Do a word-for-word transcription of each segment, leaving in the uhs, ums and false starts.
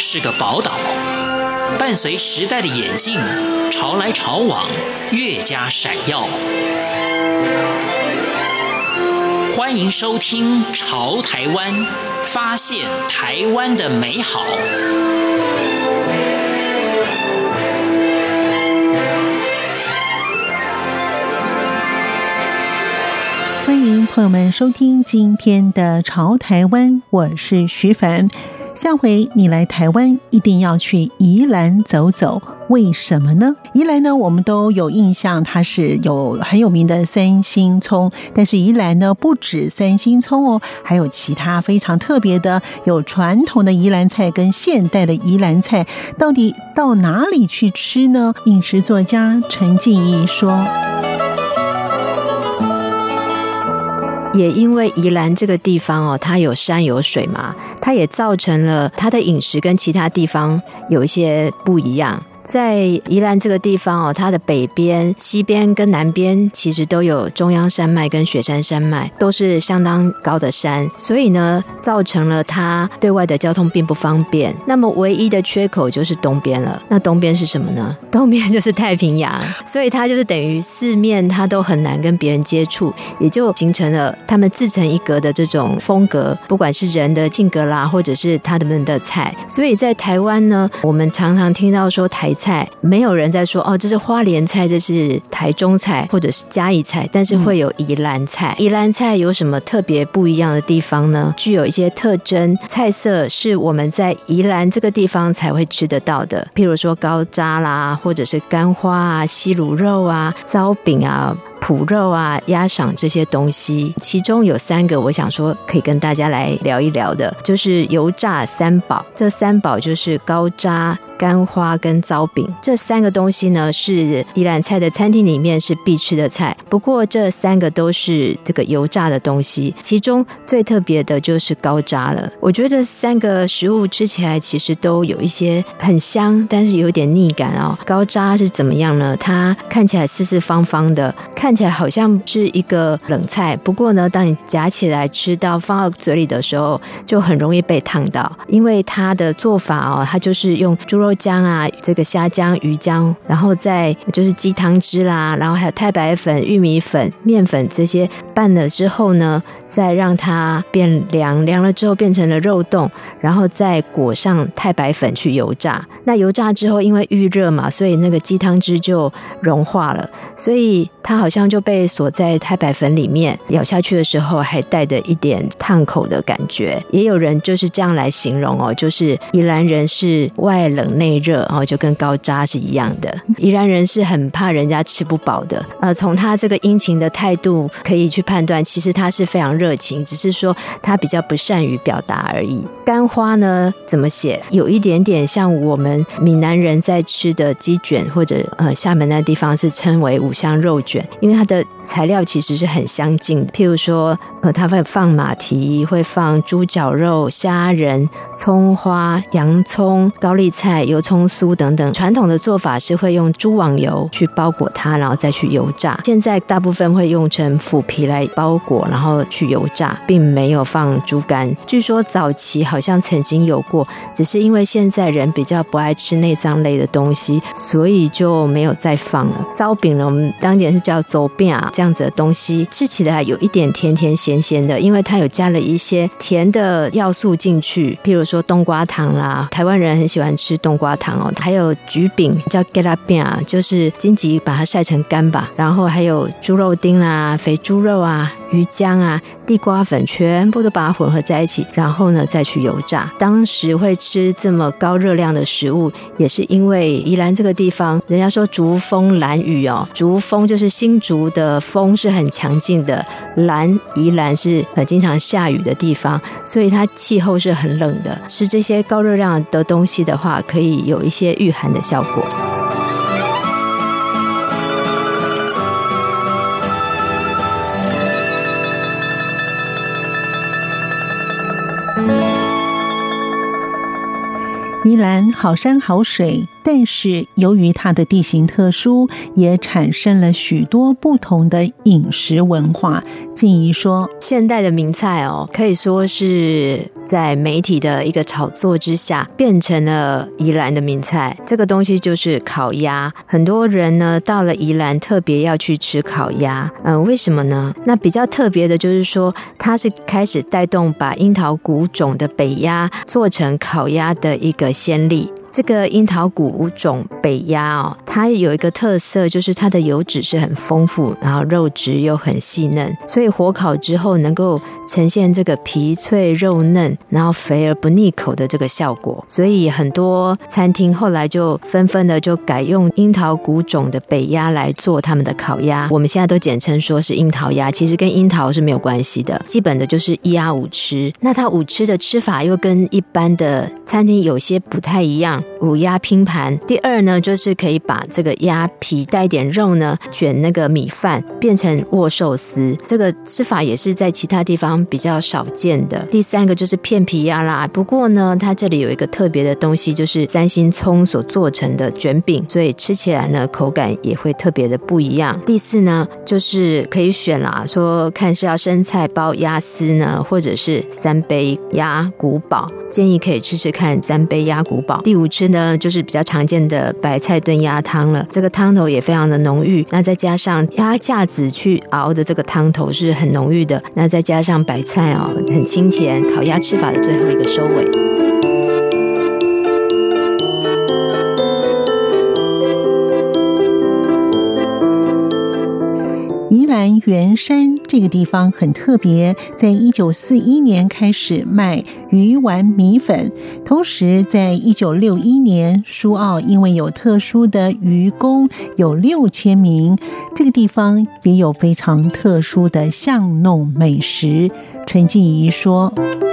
是个宝岛，伴随时代的演进，潮来潮往，越加闪耀。欢迎收听《潮台湾》，发现台湾的美好。 欢迎朋友们收听今天的《潮台湾》，我是徐凡。下回你来台湾一定要去宜兰走走，为什么呢？宜兰呢，我们都有印象，它是有很有名的三星葱，但是宜兰呢不止三星葱哦，还有其他非常特别的，有传统的宜兰菜跟现代的宜兰菜，到底到哪里去吃呢？饮食作家陈静怡说， 也因为宜兰这个地方哦，它有山有水嘛，它也造成了它的饮食跟其他地方有一些不一样。在宜兰这个地方哦，它的北边、西边跟南边其实都有中央山脉跟雪山山脉，都是相当高的山，所以呢，造成了它对外的交通并不方便。那么唯一的缺口就是东边了。那东边是什么呢？东边就是太平洋，所以它就是等于四面它都很难跟别人接触，也就形成了他们自成一格的这种风格，不管是人的性格啦，或者是他们的菜。所以在台湾呢，我们常常听到说台菜，没有人在说哦，这是花莲菜，这是台中菜，或者是嘉义菜，但是会有宜兰菜。宜兰菜有什么特别不一样的地方呢？具有一些特征，菜色是我们在宜兰这个地方才会吃得到的，譬如说高渣啦，或者是干花啊、西卤肉啊、糟饼啊、脯肉啊、鸭赏这些东西，其中有三个我想说可以跟大家来聊一聊的，就是油炸三宝。这三宝就是高渣、干花跟糟饼，这三个东西呢是宜兰菜的餐厅里面是必吃的菜。不过这三个都是这个油炸的东西，其中最特别的就是高渣了。我觉得这三个食物吃起来其实都有一些很香，但是有点腻感哦。高渣是怎么样呢？它看起来四四方方的，看起来好像是一个冷菜，不过呢，当你夹起来吃到放到嘴里的时候，就很容易被烫到，因为它的做法哦，它就是用猪肉姜啊、这个虾姜、鱼姜，然后再就是鸡汤汁啦，然后还有太白粉、玉米粉、面粉这些拌了之后呢，再让它变凉，凉了之后变成了肉冻，然后再裹上太白粉去油炸。那油炸之后，因为预热嘛，所以那个鸡汤汁就融化了，所以它好像就被锁在太白粉里面，咬下去的时候还带着一点烫口的感觉。也有人就是这样来形容哦，就是宜兰人是外冷内热哦，就跟高渣是一样的。宜兰人是很怕人家吃不饱的，呃，从他这个殷勤的态度可以去判断，其实他是非常热情，只是说他比较不善于表达而已。干花呢怎么写？有一点点像我们闽南人在吃的鸡卷，或者呃厦门那地方是称为五香肉卷，因为它的材料其实是很相近的，譬如说呃，它会放马蹄，会放猪脚肉、虾仁、葱花、洋葱、高丽菜、油葱酥等等。传统的做法是会用猪网油去包裹它，然后再去油炸。现在大部分会用成腐皮来包裹，然后去油炸，并没有放猪肝。据说早期好像曾经有过，只是因为现在人比较不爱吃内脏类的东西，所以就没有再放了。糟饼呢，我们当年是叫走饼啊，这样子的东西吃起来有一点甜甜咸咸的，因为它有加了一些甜的要素进去，譬如说冬瓜糖啦，台湾人很喜欢吃冬瓜糖哦，还有橘饼叫 g e l a b i n 就是荆棘把它晒成干吧，然后还有猪肉丁啦、肥猪肉啊、鱼浆啊、地瓜粉，全部都把它混合在一起，然后呢再去油炸。当时会吃这么高热量的食物，也是因为宜兰这个地方，人家说竹风兰雨哦，竹风就是新竹的风是很强劲的，兰宜兰是很经常下雨的地方，所以它气候是很冷的。吃这些高热量的东西的话，可以有一些御寒的效果。 宜兰好山好水， 但是由于它的地形特殊，也产生了许多不同的饮食文化。静怡说， 现代的名菜哦，可以说是在媒体的一个炒作之下变成了宜兰的名菜。这个东西就是烤鸭，很多人呢到了宜兰特别要去吃烤鸭。嗯、呃，为什么呢？那比较特别的就是说，它是开始带动把樱桃谷种的北鸭做成烤鸭的一个先例。这个樱桃谷种北鸭哦，它有一个特色，就是它的油脂是很丰富，然后肉质又很细嫩，所以火烤之后能够呈现这个皮脆肉嫩，然后肥而不腻口的这个效果。所以很多餐厅后来就纷纷的就改用樱桃谷种的北鸭来做他们的烤鸭。我们现在都简称说是樱桃鸭，其实跟樱桃是没有关系的，基本的就是一鸭五吃。那它五吃的吃法又跟一般的餐厅有些不太一样。乳鸭拼盘，第二呢，就是可以把这个鸭皮带点肉呢，卷那个米饭变成握寿司，这个吃法也是在其他地方比较少见的。第三个就是片皮鸭啦，不过呢，它这里有一个特别的东西，就是三星葱所做成的卷饼，所以吃起来呢，口感也会特别的不一样。第四呢，就是可以选啦，说看是要生菜包鸭丝呢，或者是三杯鸭骨煲，建议可以吃吃看三杯鸭骨煲。第五吃呢，就是比较常见的白菜炖鸭汤了，这个汤头也非常的浓郁，那再加上鸭架子去熬的这个汤头是很浓郁的，那再加上白菜哦，很清甜，烤鸭吃法的最后一个收尾。 宜兰圆山这个地方很特别，在一九四一年开始卖鱼丸米粉，同时在一九六一年苏澳因为有特殊的渔工有六千名，这个地方也有非常特殊的巷弄美食。陈静怡说，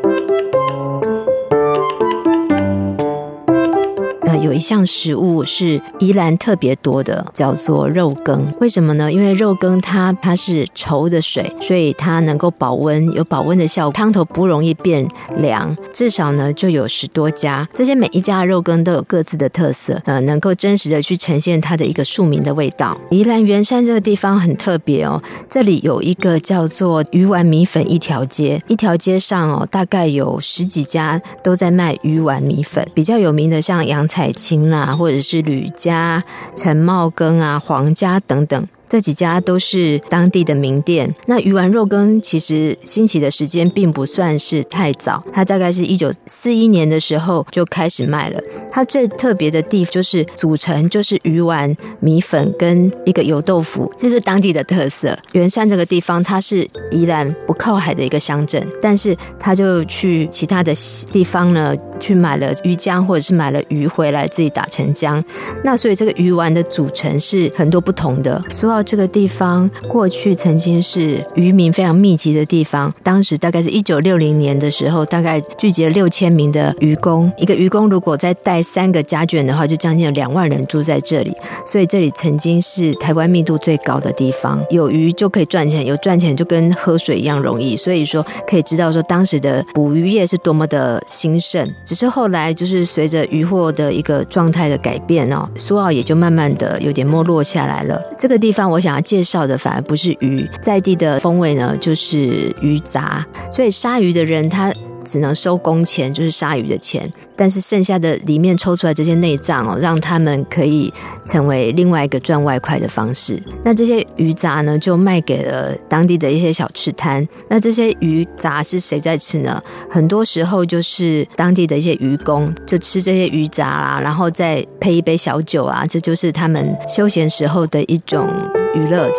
有一项食物是宜兰特别多的，叫做肉羹。为什么呢？因为肉羹它它是稠的水，所以它能够保温，有保温的效果，汤头不容易变凉。至少呢就有十多家，这些每一家的肉羹都有各自的特色，呃，能够真实的去呈现它的一个庶民的味道。宜兰圆山这个地方很特别哦，这里有一个叫做鱼丸米粉一条街，一条街上哦大概有十几家都在卖鱼丸米粉，比较有名的像洋彩青啦，或者是吕家、陈茂羹啊、黄家等等，这几家都是当地的名店。那鱼丸肉羹其实兴起的时间并不算是太早，它大概是一九四一年的时候就开始卖了。它最特别的地就是组成就是鱼丸米粉跟一个油豆腐，这是当地的特色。圆山这个地方它是宜兰不靠海的一个乡镇，但是他就去其他的地方呢去买了鱼浆或者是买了鱼回来自己打成浆，那所以这个鱼丸的组成是很多不同的。苏澳这个地方过去曾经是渔民非常密集的地方，当时大概是一九六零年的时候，大概聚集了六千名的渔工，一个渔工如果再带三个家眷的话，就将近有两万人住在这里，所以这里曾经是台湾密度最高的地方。有鱼就可以赚钱，有赚钱就跟喝水一样容易，所以说可以知道说当时的捕鱼业是多么的兴盛。只是后来就是随着渔获的一个状态的改变哦，苏澳也就慢慢的有点没落下来了。这个地方我想要介绍的反而不是鱼，在地的风味呢就是鱼杂，所以杀鱼的人他只能收工钱，就是杀鱼的钱，但是剩下的里面抽出来这些内脏哦，让他们可以成为另外一个赚外快的方式。那这些鱼杂呢就卖给了当地的一些小吃摊，那这些鱼杂是谁在吃呢？很多时候就是当地的一些渔工就吃这些鱼杂啦，然后再配一杯小酒啊，这就是他们休闲时候的一种娱乐。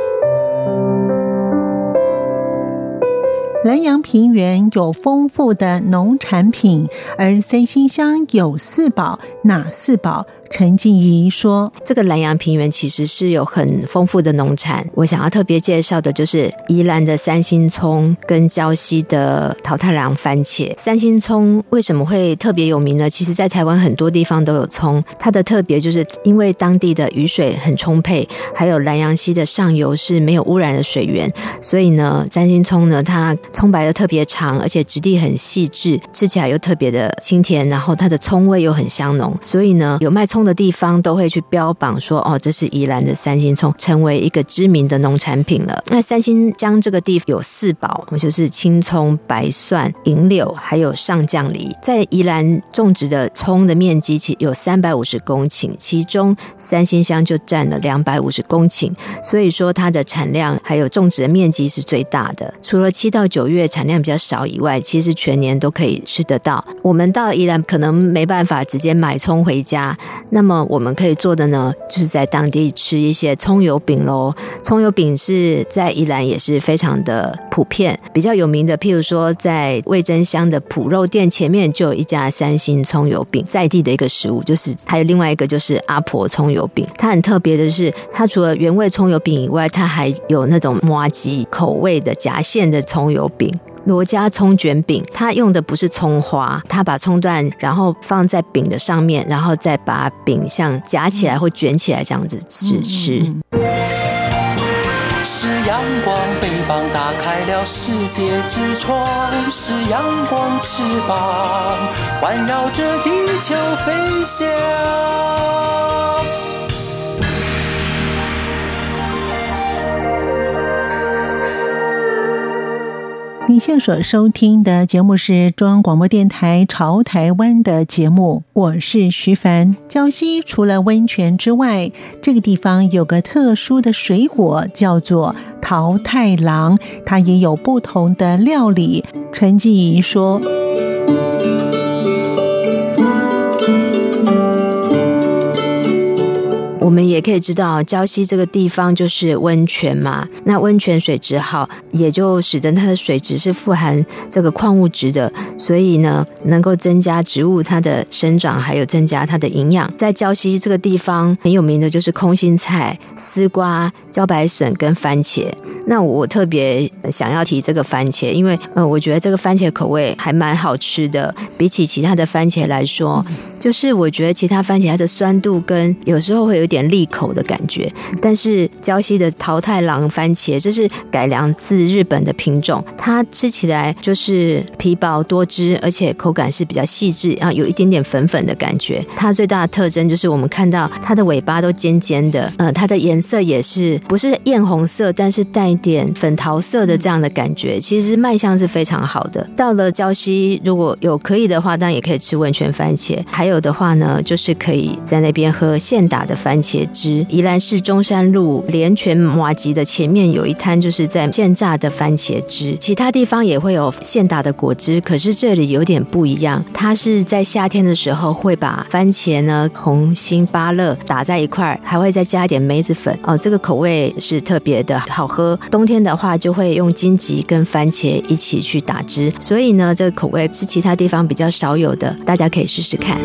南洋平原有丰富的农产品，而三星乡有四宝，哪四宝？陈静怡说， 这个南洋平原其实是有很丰富的农产，我想要特别介绍的就是宜兰的三星葱跟礁溪的桃太郎番茄。三星葱为什么会特别有名呢？其实在台湾很多地方都有葱，它的特别就是因为当地的雨水很充沛，还有南洋溪的上游是没有污染的水源，所以呢三星葱呢它葱白的特别长，而且质地很细致，吃起来又特别的清甜，然后它的葱味又很香浓，所以呢有卖葱葱的地方都会去标榜说，哦，这是宜兰的三星葱，成为一个知名的农产品了。那三星乡这个地方有四宝，就是青葱、白蒜、银柳，还有上将梨。在宜兰种植的葱的面积有三百五十公顷，其中三星乡就占了两百五十公顷，所以说它的产量还有种植的面积是最大的。除了七到九月产量比较少以外，其实全年都可以吃得到。我们到宜兰可能没办法直接买葱回家，那么我们可以做的呢，就是在当地吃一些葱油饼咯。葱油饼是在宜兰也是非常的普遍，比较有名的，譬如说在味噌乡的脯肉店前面就有一家三星葱油饼，在地的一个食物。就是还有另外一个就是阿婆葱油饼，它很特别的是，它除了原味葱油饼以外，它还有那种麻糬口味的夹馅的葱油饼。罗家葱卷饼，它用的不是葱花，它把葱段然后放在饼的上面，然后再把饼像夹起来或卷起来这样子吃吃。 是阳光，翅膀打开了世界之窗，是阳光翅膀环绕着地球飞翔。 你现在所收听的节目是中央广播电台潮台湾的节目，我是徐凡。礁溪除了温泉之外，这个地方有个特殊的水果叫做桃太郎，它也有不同的料理。陈继怡说， 我们也可以知道礁溪这个地方就是温泉嘛，那温泉水质好，也就使得它的水质是富含这个矿物质的，所以呢能够增加植物它的生长，还有增加它的营养。在礁溪这个地方很有名的就是空心菜、丝瓜、茭白笋跟番茄。那我特别想要提这个番茄，因为呃，我觉得这个番茄口味还蛮好吃的，比起其他的番茄来说，就是我觉得其他番茄它的酸度跟有时候会有点利口的感觉，但是礁溪的桃太郎番茄这是改良自日本的品种，它吃起来就是皮薄多汁，而且口感是比较细致，然后有一点点粉粉的感觉。它最大的特征就是我们看到它的尾巴都尖尖的，呃，它的颜色也是不是艳红色，但是带一点粉桃色的这样的感觉，其实卖相是非常好的。到了礁溪如果有可以的话，当然也可以吃温泉番茄，还有的话呢，就是可以在那边喝现打的番茄汁。宜兰市中山路连泉麻糬的前面有一摊就是在现榨的番茄汁，其他地方也会有现打的果汁，可是这里有点不一样，它是在夏天的时候会把番茄呢、红心、芭乐打在一块，还会再加一点梅子粉哦，这个口味是特别的好喝。冬天的话就会用荆棘跟番茄一起去打汁，所以呢这个口味是其他地方比较少有的，大家可以试试看。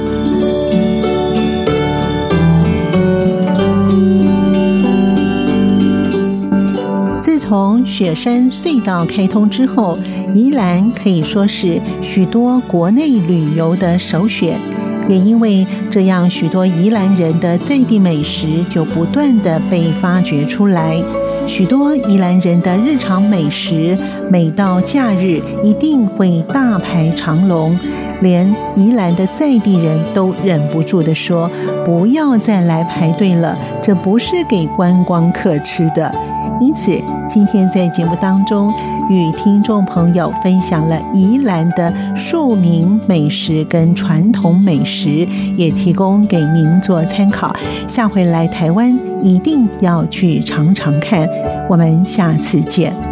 自从雪山隧道开通之后，宜兰可以说是许多国内旅游的首选，也因为这样，许多宜兰人的在地美食就不断的被发掘出来。许多宜兰人的日常美食，每到假日一定会大排长龙，连宜兰的在地人都忍不住地说：“不要再来排队了，这不是给观光客吃的。”因此，今天在节目当中与听众朋友分享了宜兰的庶民美食跟传统美食，也提供给您做参考。下回来台湾一定要去尝尝看。我们下次见。